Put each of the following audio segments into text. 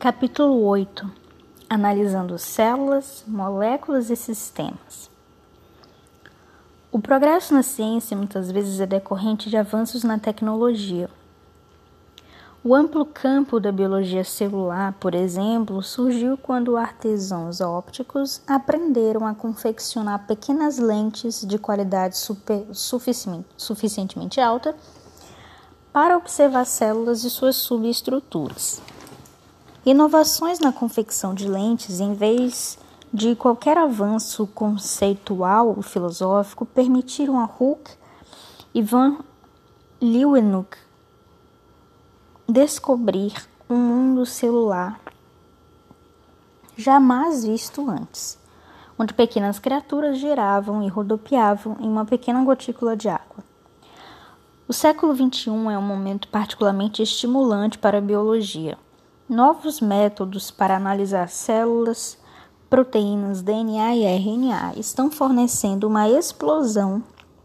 Capítulo 8. Analisando células, moléculas e sistemas. O progresso na ciência muitas vezes é decorrente de avanços na tecnologia. O amplo campo da biologia celular, por exemplo, surgiu quando artesãos ópticos aprenderam a confeccionar pequenas lentes de qualidade suficientemente alta para observar células e suas subestruturas. Inovações na confecção de lentes, em vez de qualquer avanço conceitual ou filosófico, permitiram a Hooke e van Leeuwenhoek descobrir um mundo celular jamais visto antes, onde pequenas criaturas giravam e rodopiavam em uma pequena gotícula de água. O século XXI é um momento particularmente estimulante para a biologia. Novos métodos para analisar células, proteínas, DNA e RNA estão fornecendo uma explosão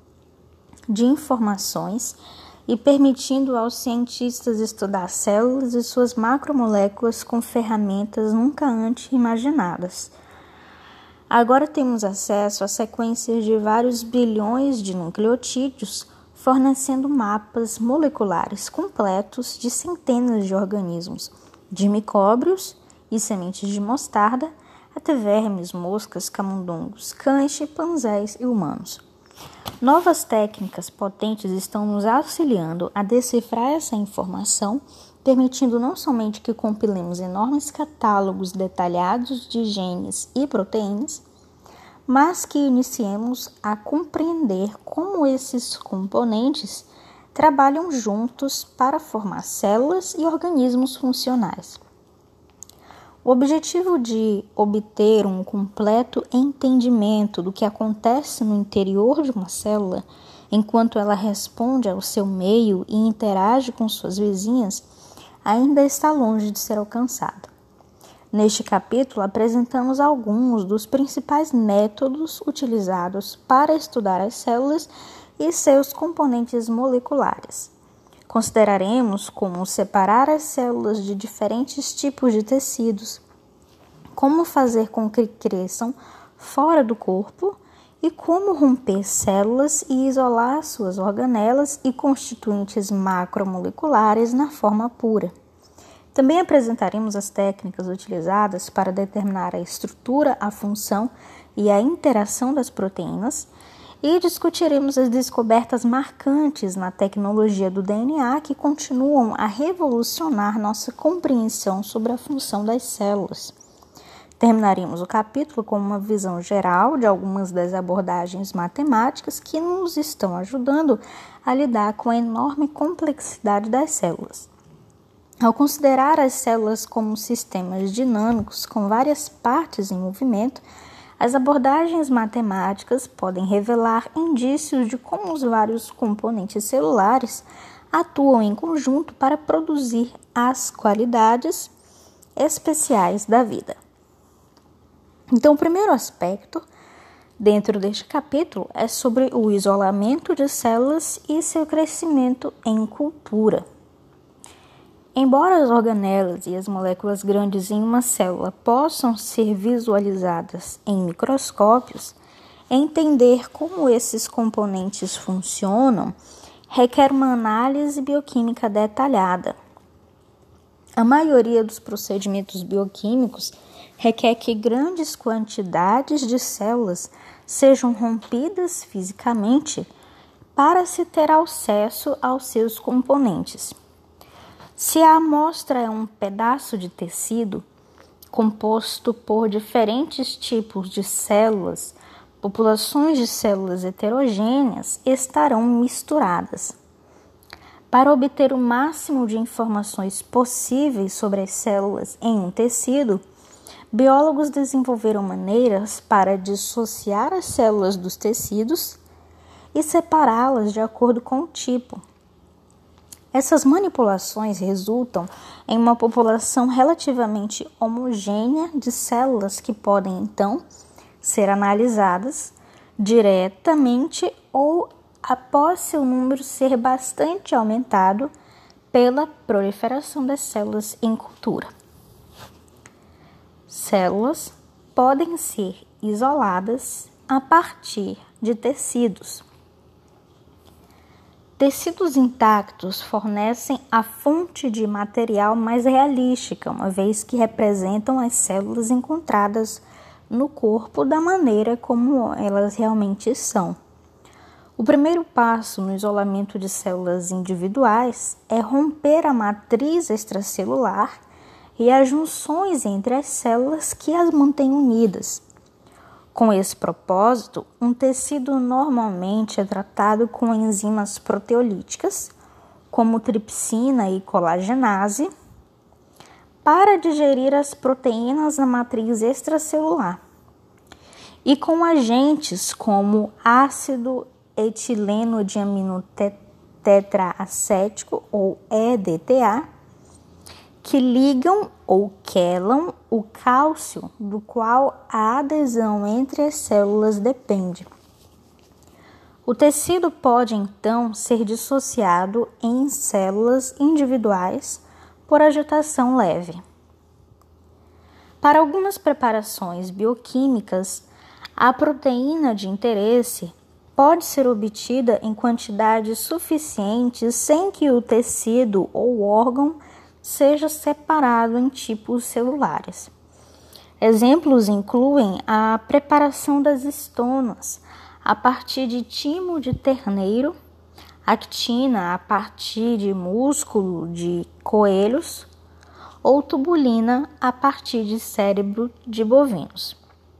de informações e permitindo aos cientistas estudar células e suas macromoléculas com ferramentas nunca antes imaginadas. Agora temos acesso a sequências de vários bilhões de nucleotídeos, fornecendo mapas moleculares completos de centenas de organismos, de micróbios e sementes de mostarda até vermes, moscas, camundongos, cães, chimpanzés e humanos. Novas técnicas potentes estão nos auxiliando a decifrar essa informação, permitindo não somente que compilemos enormes catálogos detalhados de genes e proteínas, mas que iniciemos a compreender como esses componentes trabalham juntos para formar células e organismos funcionais. O objetivo de obter um completo entendimento do que acontece no interior de uma célula, enquanto ela responde ao seu meio e interage com suas vizinhas, ainda está longe de ser alcançado. Neste capítulo, apresentamos alguns dos principais métodos utilizados para estudar as células e seus componentes moleculares. Consideraremos como separar as células de diferentes tipos de tecidos, como fazer com que cresçam fora do corpo e como romper células e isolar suas organelas e constituintes macromoleculares na forma pura. Também apresentaremos as técnicas utilizadas para determinar a estrutura, a função e a interação das proteínas e discutiremos as descobertas marcantes na tecnologia do DNA que continuam a revolucionar nossa compreensão sobre a função das células. Terminaremos o capítulo com uma visão geral de algumas das abordagens matemáticas que nos estão ajudando a lidar com a enorme complexidade das células. Ao considerar as células como sistemas dinâmicos com várias partes em movimento, as abordagens matemáticas podem revelar indícios de como os vários componentes celulares atuam em conjunto para produzir as qualidades especiais da vida. Então, o primeiro aspecto dentro deste capítulo é sobre o isolamento de células e seu crescimento em cultura. Embora as organelas e as moléculas grandes em uma célula possam ser visualizadas em microscópios, entender como esses componentes funcionam requer uma análise bioquímica detalhada. A maioria dos procedimentos bioquímicos requer que grandes quantidades de células sejam rompidas fisicamente para se ter acesso aos seus componentes. Se a amostra é um pedaço de tecido composto por diferentes tipos de células, populações de células heterogêneas estarão misturadas. Para obter o máximo de informações possíveis sobre as células em um tecido, biólogos desenvolveram maneiras para dissociar as células dos tecidos e separá-las de acordo com o tipo. Essas manipulações resultam em uma população relativamente homogênea de células que podem, então, ser analisadas diretamente ou após seu número ser bastante aumentado pela proliferação das células em cultura. Células podem ser isoladas a partir de tecidos. Tecidos intactos fornecem a fonte de material mais realística, uma vez que representam as células encontradas no corpo da maneira como elas realmente são. O primeiro passo no isolamento de células individuais é romper a matriz extracelular e as junções entre as células que as mantêm unidas. Com esse propósito, um tecido normalmente é tratado com enzimas proteolíticas, como tripsina e colagenase, para digerir as proteínas na matriz extracelular, e com agentes como ácido etileno diamino tetraacético, ou EDTA, que ligam ou quelam o cálcio, do qual a adesão entre as células depende. O tecido pode, então, ser dissociado em células individuais por agitação leve. Para algumas preparações bioquímicas, a proteína de interesse pode ser obtida em quantidades suficientes sem que o tecido ou órgão seja separado em tipos celulares. Exemplos incluem a preparação das estonas a partir de timo de terneiro, actina a partir de músculo de coelhos ou tubulina a partir de cérebro de bovinos.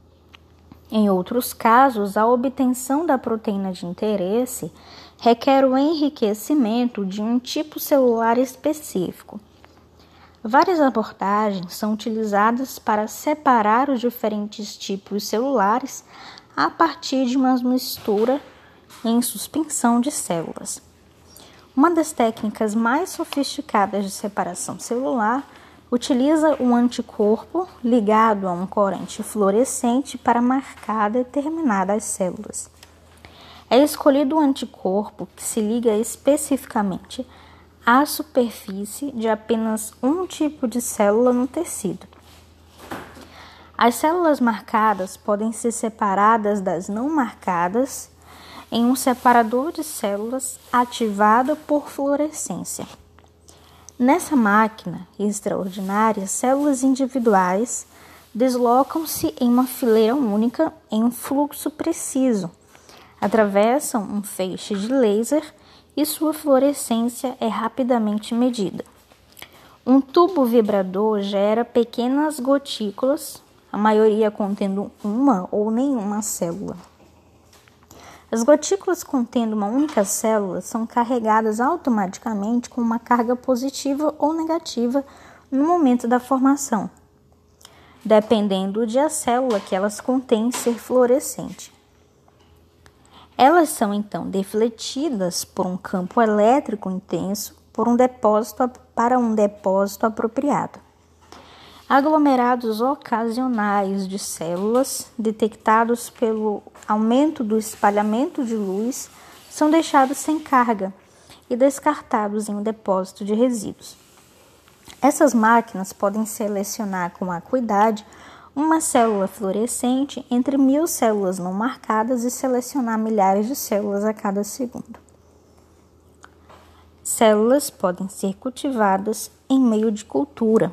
Em outros casos, a obtenção da proteína de interesse requer o enriquecimento de um tipo celular específico. Várias abordagens são utilizadas para separar os diferentes tipos celulares a partir de uma mistura em suspensão de células. Uma das técnicas mais sofisticadas de separação celular utiliza um anticorpo ligado a um corante fluorescente para marcar determinadas células. É escolhido um anticorpo que se liga especificamente à superfície de apenas um tipo de célula no tecido. As células marcadas podem ser separadas das não marcadas em um separador de células ativado por fluorescência. Nessa máquina extraordinária, células individuais deslocam-se em uma fileira única em um fluxo preciso, atravessam um feixe de laser e sua fluorescência é rapidamente medida. Um tubo vibrador gera pequenas gotículas, a maioria contendo uma ou nenhuma célula. As gotículas contendo uma única célula são carregadas automaticamente com uma carga positiva ou negativa no momento da formação, dependendo de a célula que elas contêm ser fluorescente. Elas são então defletidas por um campo elétrico intenso para um depósito apropriado. Aglomerados ocasionais de células, detectados pelo aumento do espalhamento de luz, são deixados sem carga e descartados em um depósito de resíduos. Essas máquinas podem selecionar com acuidade uma célula fluorescente entre 1000 células não marcadas e selecionar milhares de células a cada segundo. Células podem ser cultivadas em meio de cultura.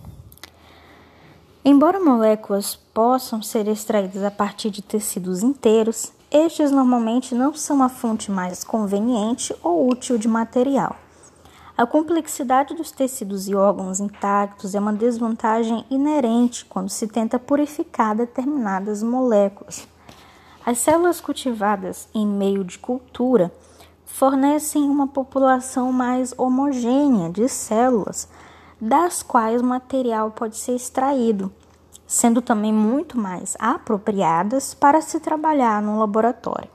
Embora moléculas possam ser extraídas a partir de tecidos inteiros, estes normalmente não são a fonte mais conveniente ou útil de material. A complexidade dos tecidos e órgãos intactos é uma desvantagem inerente quando se tenta purificar determinadas moléculas. As células cultivadas em meio de cultura fornecem uma população mais homogênea de células, das quais o material pode ser extraído, sendo também muito mais apropriadas para se trabalhar no laboratório.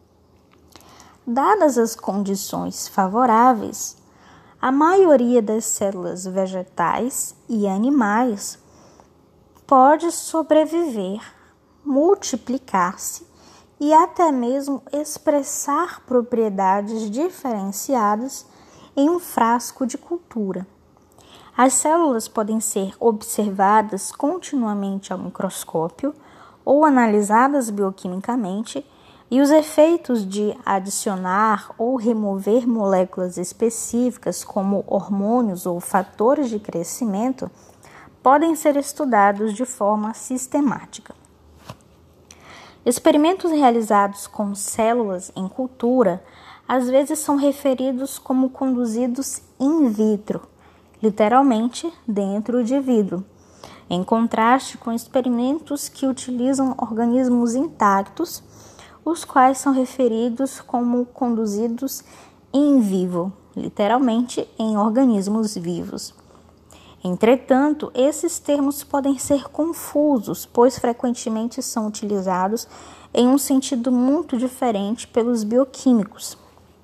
Dadas as condições favoráveis, a maioria das células vegetais e animais pode sobreviver, multiplicar-se e até mesmo expressar propriedades diferenciadas em um frasco de cultura. As células podem ser observadas continuamente ao microscópio ou analisadas bioquimicamente, e os efeitos de adicionar ou remover moléculas específicas, como hormônios ou fatores de crescimento, podem ser estudados de forma sistemática. Experimentos realizados com células em cultura às vezes são referidos como conduzidos in vitro, literalmente dentro de vidro, em contraste com experimentos que utilizam organismos intactos, os quais são referidos como conduzidos in vivo, literalmente em organismos vivos. Entretanto, esses termos podem ser confusos, pois frequentemente são utilizados em um sentido muito diferente pelos bioquímicos.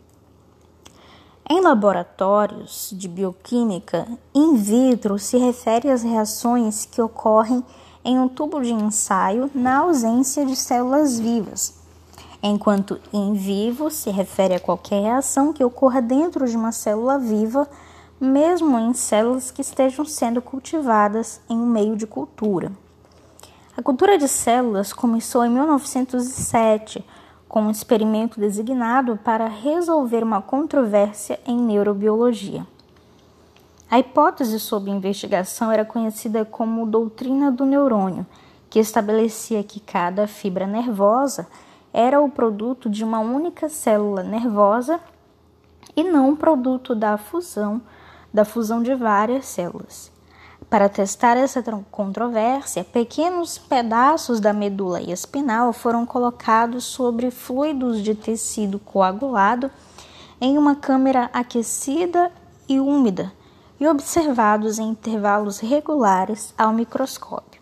Em laboratórios de bioquímica, in vitro se refere às reações que ocorrem em um tubo de ensaio na ausência de células vivas, enquanto in vivo se refere a qualquer reação que ocorra dentro de uma célula viva, mesmo em células que estejam sendo cultivadas em um meio de cultura. A cultura de células começou em 1907, com um experimento designado para resolver uma controvérsia em neurobiologia. A hipótese sob investigação era conhecida como doutrina do neurônio, que estabelecia que cada fibra nervosa era o produto de uma única célula nervosa e não um produto da fusão de várias células. Para testar essa controvérsia, pequenos pedaços da medula espinal foram colocados sobre fluidos de tecido coagulado em uma câmara aquecida e úmida e observados em intervalos regulares ao microscópio.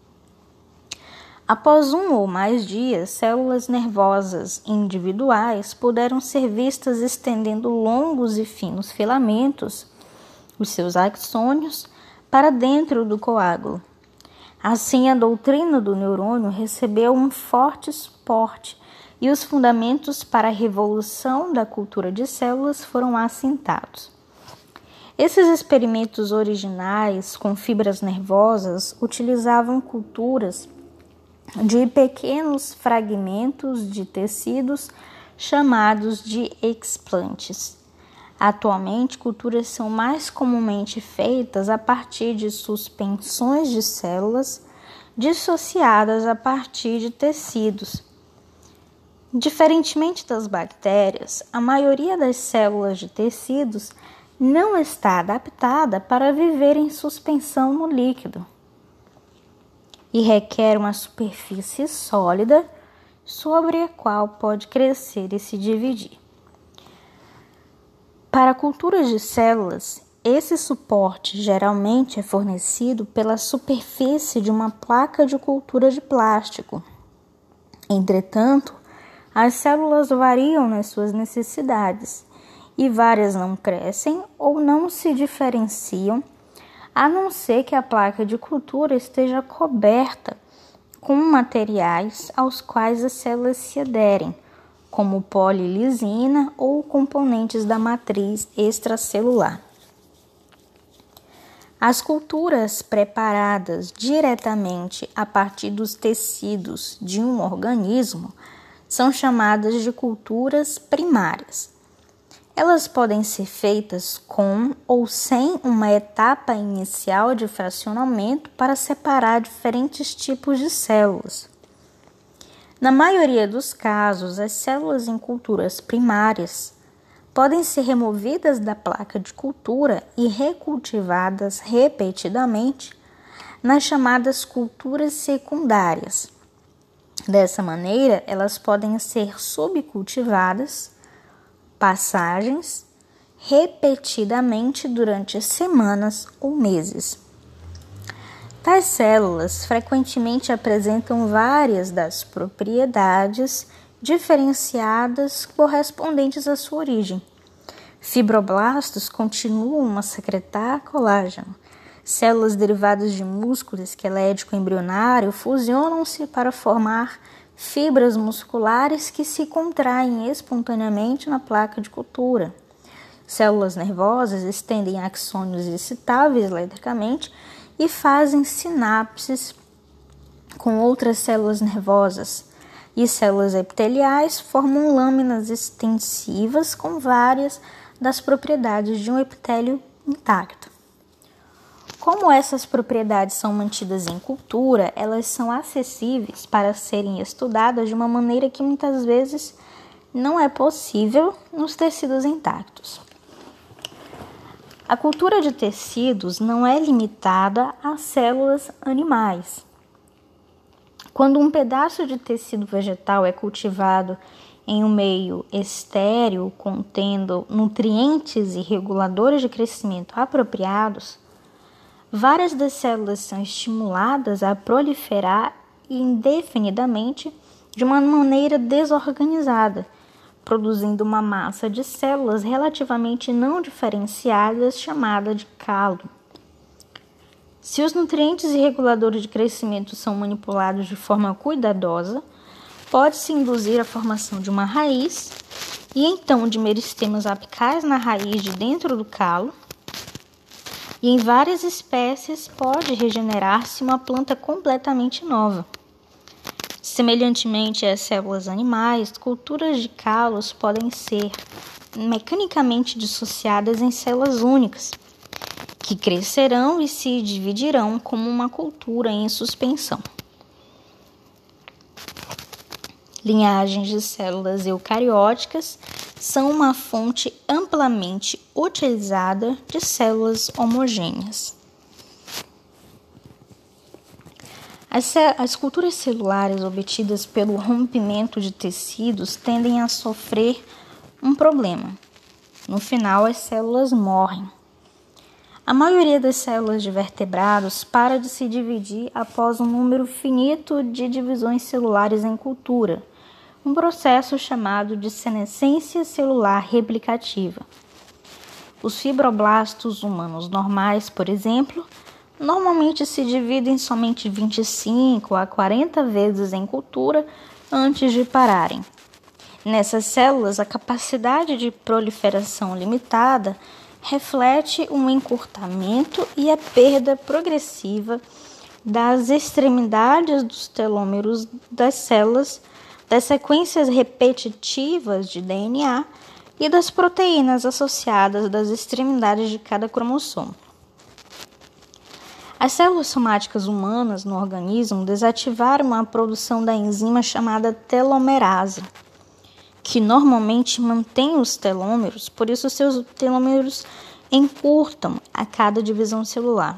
Após um ou mais dias, células nervosas individuais puderam ser vistas estendendo longos e finos filamentos, os seus axônios, para dentro do coágulo. Assim, a doutrina do neurônio recebeu um forte suporte e os fundamentos para a revolução da cultura de células foram assentados. Esses experimentos originais com fibras nervosas utilizavam culturas de pequenos fragmentos de tecidos chamados de explantes. Atualmente, culturas são mais comumente feitas a partir de suspensões de células dissociadas a partir de tecidos. Diferentemente das bactérias, a maioria das células de tecidos não está adaptada para viver em suspensão no líquido e requer uma superfície sólida sobre a qual pode crescer e se dividir. Para culturas de células, esse suporte geralmente é fornecido pela superfície de uma placa de cultura de plástico. Entretanto, as células variam nas suas necessidades e várias não crescem ou não se diferenciam, a não ser que a placa de cultura esteja coberta com materiais aos quais as células se aderem, como polilisina ou componentes da matriz extracelular. As culturas preparadas diretamente a partir dos tecidos de um organismo são chamadas de culturas primárias. Elas podem ser feitas com ou sem uma etapa inicial de fracionamento para separar diferentes tipos de células. Na maioria dos casos, as células em culturas primárias podem ser removidas da placa de cultura e recultivadas repetidamente nas chamadas culturas secundárias. Dessa maneira, elas podem ser subcultivadas, passagens, repetidamente durante semanas ou meses. Tais células frequentemente apresentam várias das propriedades diferenciadas correspondentes à sua origem. Fibroblastos continuam a secretar colágeno. Células derivadas de músculo esquelético embrionário fusionam-se para formar fibras musculares que se contraem espontaneamente na placa de cultura. Células nervosas estendem axônios excitáveis eletricamente e fazem sinapses com outras células nervosas. E células epiteliais formam lâminas extensivas com várias das propriedades de um epitélio intacto. Como essas propriedades são mantidas em cultura, elas são acessíveis para serem estudadas de uma maneira que muitas vezes não é possível nos tecidos intactos. A cultura de tecidos não é limitada a células animais. Quando um pedaço de tecido vegetal é cultivado em um meio estéril, contendo nutrientes e reguladores de crescimento apropriados, várias das células são estimuladas a proliferar indefinidamente de uma maneira desorganizada, produzindo uma massa de células relativamente não diferenciadas chamada de calo. Se os nutrientes e reguladores de crescimento são manipulados de forma cuidadosa, pode-se induzir a formação de uma raiz e então de meristemas apicais na raiz de dentro do calo, e em várias espécies pode regenerar-se uma planta completamente nova. Semelhantemente às células animais, culturas de calos podem ser mecanicamente dissociadas em células únicas, que crescerão e se dividirão como uma cultura em suspensão. Linhagens de células eucarióticas são uma fonte amplamente utilizada de células homogêneas. As culturas celulares obtidas pelo rompimento de tecidos tendem a sofrer um problema. No final, as células morrem. A maioria das células de vertebrados para de se dividir após um número finito de divisões celulares em cultura, um processo chamado de senescência celular replicativa. Os fibroblastos humanos normais, por exemplo, normalmente se dividem somente 25 a 40 vezes em cultura antes de pararem. Nessas células, a capacidade de proliferação limitada reflete um encurtamento e a perda progressiva das extremidades dos telômeros das células, das sequências repetitivas de DNA e das proteínas associadas das extremidades de cada cromossomo. As células somáticas humanas no organismo desativaram a produção da enzima chamada telomerase, que normalmente mantém os telômeros, por isso seus telômeros encurtam a cada divisão celular.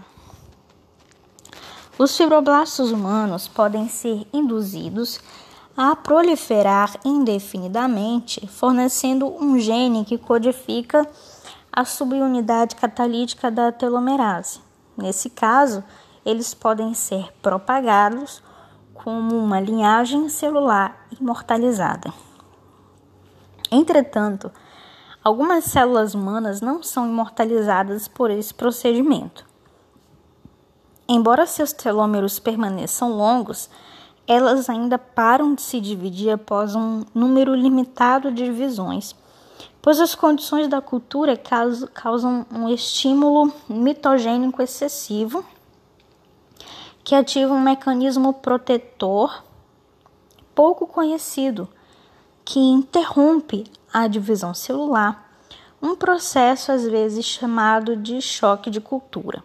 Os fibroblastos humanos podem ser induzidos a proliferar indefinidamente, fornecendo um gene que codifica a subunidade catalítica da telomerase. Nesse caso, eles podem ser propagados como uma linhagem celular imortalizada. Entretanto, algumas células humanas não são imortalizadas por esse procedimento. Embora seus telômeros permaneçam longos, elas ainda param de se dividir após um número limitado de divisões, pois as condições da cultura causam um estímulo mitogênico excessivo que ativa um mecanismo protetor pouco conhecido, que interrompe a divisão celular, um processo às vezes chamado de choque de cultura.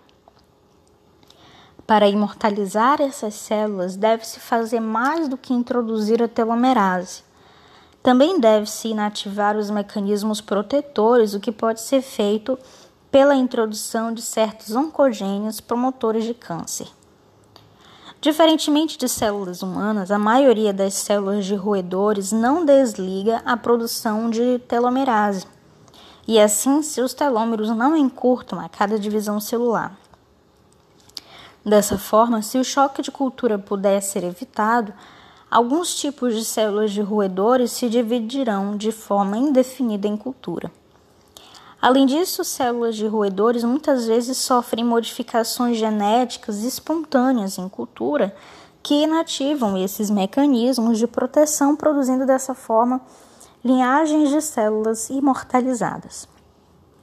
Para imortalizar essas células, deve-se fazer mais do que introduzir a telomerase. Também deve-se inativar os mecanismos protetores, o que pode ser feito pela introdução de certos oncogênios promotores de câncer. Diferentemente de células humanas, a maioria das células de roedores não desliga a produção de telomerase, e assim seus telômeros não encurtam a cada divisão celular. Dessa forma, se o choque de cultura puder ser evitado, alguns tipos de células de roedores se dividirão de forma indefinida em cultura. Além disso, células de roedores muitas vezes sofrem modificações genéticas espontâneas em cultura que inativam esses mecanismos de proteção, produzindo dessa forma linhagens de células imortalizadas.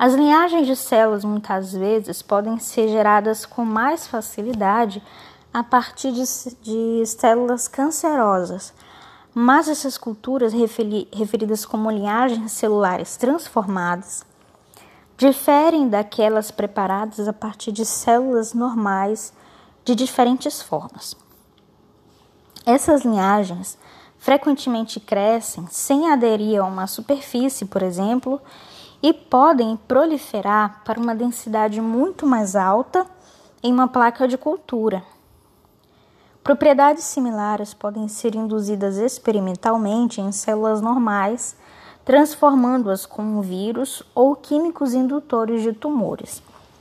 As linhagens de células muitas vezes podem ser geradas com mais facilidade a partir de células cancerosas, mas essas culturas, referidas como linhagens celulares transformadas, diferem daquelas preparadas a partir de células normais de diferentes formas. Essas linhagens frequentemente crescem sem aderir a uma superfície, por exemplo, e podem proliferar para uma densidade muito mais alta em uma placa de cultura. Propriedades similares podem ser induzidas experimentalmente em células normais, transformando-as com um vírus ou químicos indutores de tumores.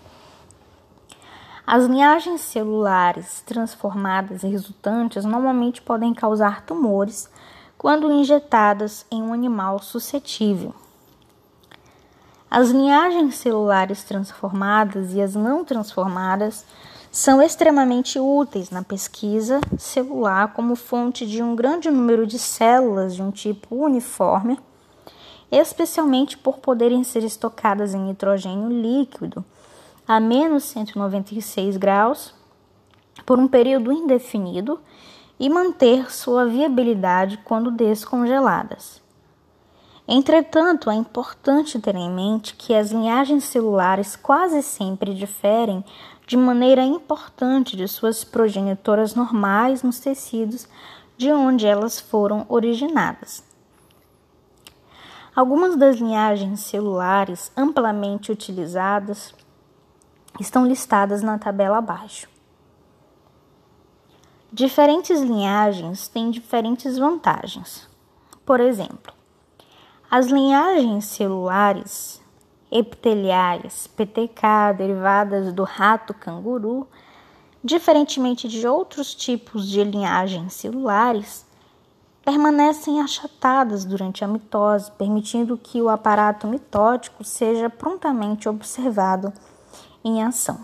As linhagens celulares transformadas e resultantes normalmente podem causar tumores quando injetadas em um animal suscetível. As linhagens celulares transformadas e as não transformadas são extremamente úteis na pesquisa celular como fonte de um grande número de células de um tipo uniforme, especialmente por poderem ser estocadas em nitrogênio líquido a menos 196 graus por um período indefinido e manter sua viabilidade quando descongeladas. Entretanto, é importante ter em mente que as linhagens celulares quase sempre diferem de maneira importante de suas progenitoras normais nos tecidos de onde elas foram originadas. Algumas das linhagens celulares amplamente utilizadas estão listadas na tabela abaixo. Diferentes linhagens têm diferentes vantagens. Por exemplo, as linhagens celulares epiteliais, PTK, derivadas do rato canguru, diferentemente de outros tipos de linhagens celulares, permanecem achatadas durante a mitose, permitindo que o aparato mitótico seja prontamente observado em ação.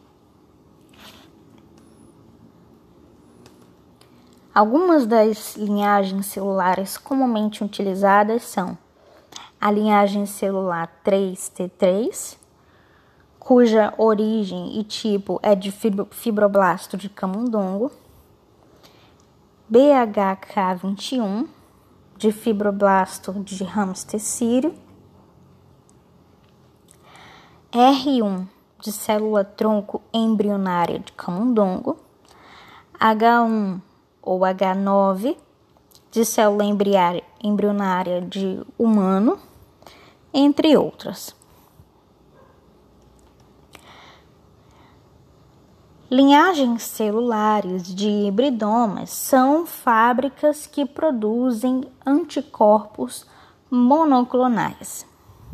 Algumas das linhagens celulares comumente utilizadas são a linhagem celular 3T3, cuja origem e tipo é de fibroblasto de camundongo, BHK21, de fibroblasto de hamster sírio, R1, de célula-tronco embrionária de camundongo, H1 ou H9, de célula embrionária de humano, entre outras. Linhagens celulares de hibridomas são fábricas que produzem anticorpos monoclonais.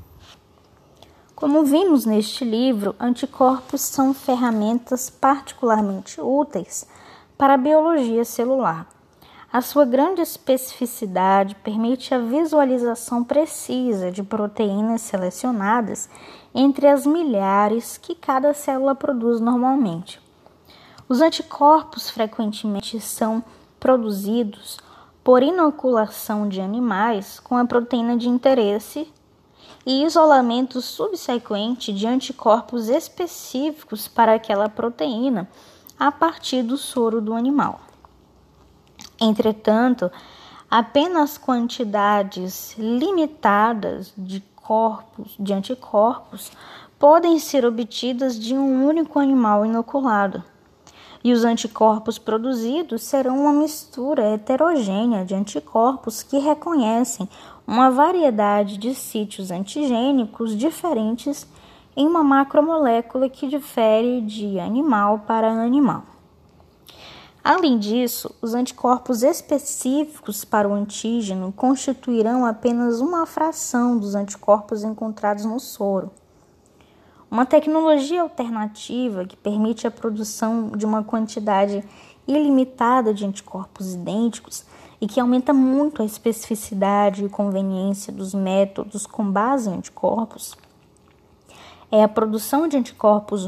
Como vimos neste livro, anticorpos são ferramentas particularmente úteis para a biologia celular. A sua grande especificidade permite a visualização precisa de proteínas selecionadas entre as milhares que cada célula produz normalmente. Os anticorpos frequentemente são produzidos por inoculação de animais com a proteína de interesse e isolamento subsequente de anticorpos específicos para aquela proteína a partir do soro do animal. Entretanto, apenas quantidades limitadas de anticorpos podem ser obtidas de um único animal inoculado, e os anticorpos produzidos serão uma mistura heterogênea de anticorpos que reconhecem uma variedade de sítios antigênicos diferentes em uma macromolécula que difere de animal para animal. Além disso, os anticorpos específicos para o antígeno constituirão apenas uma fração dos anticorpos encontrados no soro. Uma tecnologia alternativa que permite a produção de uma quantidade ilimitada de anticorpos idênticos e que aumenta muito a especificidade e conveniência dos métodos com base em anticorpos é a produção de anticorpos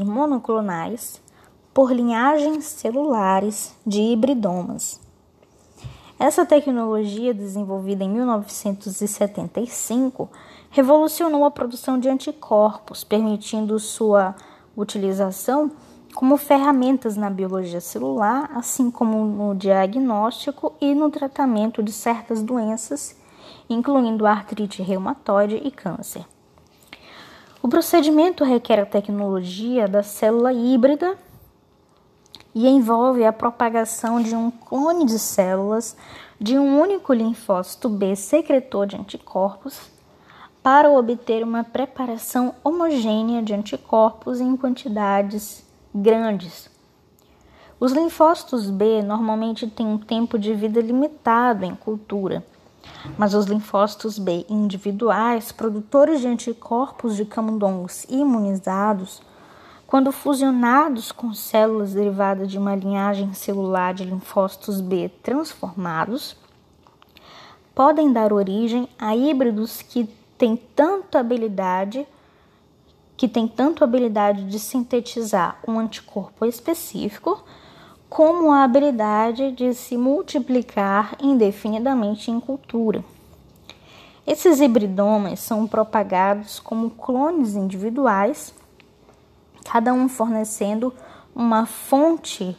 monoclonais por linhagens celulares de hibridomas. Essa tecnologia, desenvolvida em 1975, revolucionou a produção de anticorpos, permitindo sua utilização como ferramentas na biologia celular, assim como no diagnóstico e no tratamento de certas doenças, incluindo artrite reumatoide e câncer. O procedimento requer a tecnologia da célula híbrida e envolve a propagação de um clone de células de um único linfócito B secretor de anticorpos para obter uma preparação homogênea de anticorpos em quantidades grandes. Os linfócitos B normalmente têm um tempo de vida limitado em cultura, mas os linfócitos B individuais, produtores de anticorpos de camundongos imunizados, quando fusionados com células derivadas de uma linhagem celular de linfócitos B transformados, podem dar origem a híbridos que têm tanto habilidade de sintetizar um anticorpo específico, como a habilidade de se multiplicar indefinidamente em cultura. Esses hibridomas são propagados como clones individuais, cada um fornecendo uma fonte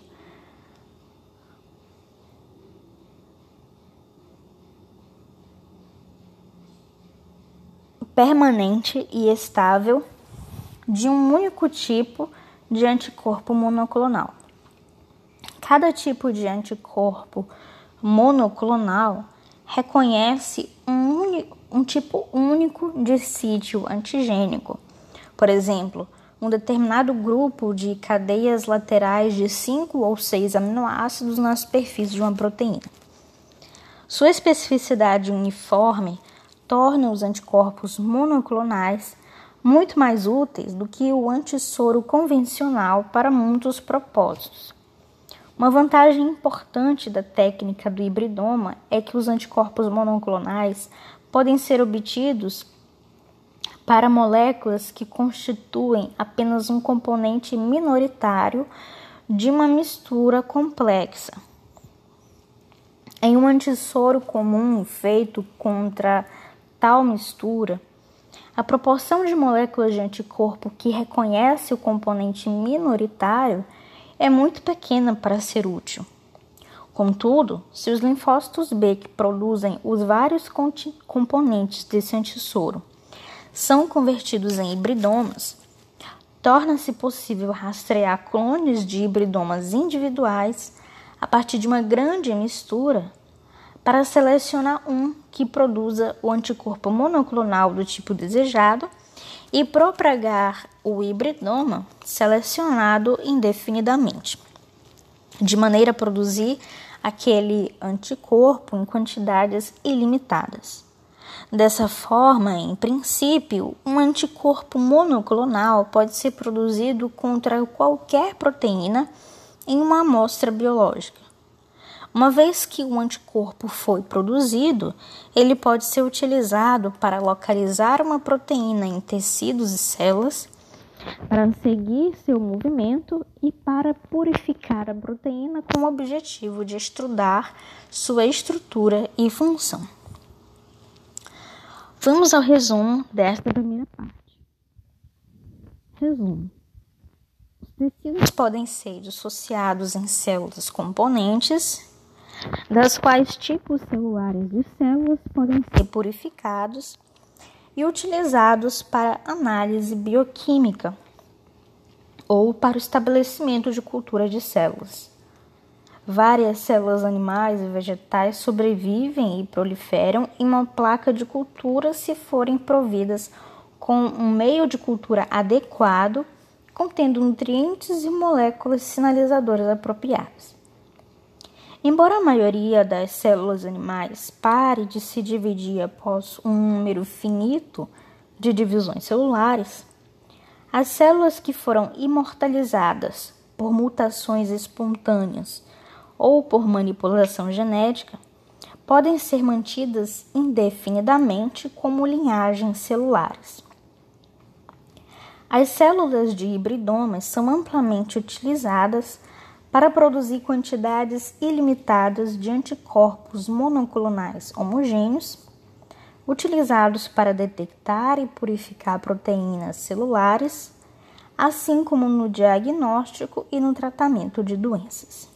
permanente e estável de um único tipo de anticorpo monoclonal. Cada tipo de anticorpo monoclonal reconhece um tipo único de sítio antigênico. Por exemplo, um determinado grupo de cadeias laterais de 5 ou 6 aminoácidos na superfície de uma proteína. Sua especificidade uniforme torna os anticorpos monoclonais muito mais úteis do que o antissoro convencional para muitos propósitos. Uma vantagem importante da técnica do hibridoma é que os anticorpos monoclonais podem ser obtidos para moléculas que constituem apenas um componente minoritário de uma mistura complexa. Em um antissoro comum feito contra tal mistura, a proporção de moléculas de anticorpo que reconhece o componente minoritário é muito pequena para ser útil. Contudo, se os linfócitos B que produzem os vários componentes desse antissoro são convertidos em hibridomas, torna-se possível rastrear clones de hibridomas individuais a partir de uma grande mistura para selecionar um que produza o anticorpo monoclonal do tipo desejado e propagar o hibridoma selecionado indefinidamente, de maneira a produzir aquele anticorpo em quantidades ilimitadas. Dessa forma, em princípio, um anticorpo monoclonal pode ser produzido contra qualquer proteína em uma amostra biológica. Uma vez que o anticorpo foi produzido, ele pode ser utilizado para localizar uma proteína em tecidos e células, para seguir seu movimento e para purificar a proteína com o objetivo de estudar sua estrutura e função. Vamos ao resumo desta primeira parte. Resumo. Os tecidos podem ser dissociados em células componentes, das quais tipos celulares de células podem ser purificados e utilizados para análise bioquímica ou para o estabelecimento de cultura de células. Várias células animais e vegetais sobrevivem e proliferam em uma placa de cultura se forem providas com um meio de cultura adequado, contendo nutrientes e moléculas sinalizadoras apropriadas. Embora a maioria das células animais pare de se dividir após um número finito de divisões celulares, as células que foram imortalizadas por mutações espontâneas ou por manipulação genética, podem ser mantidas indefinidamente como linhagens celulares. As células de hibridomas são amplamente utilizadas para produzir quantidades ilimitadas de anticorpos monoclonais homogêneos, utilizados para detectar e purificar proteínas celulares, assim como no diagnóstico e no tratamento de doenças.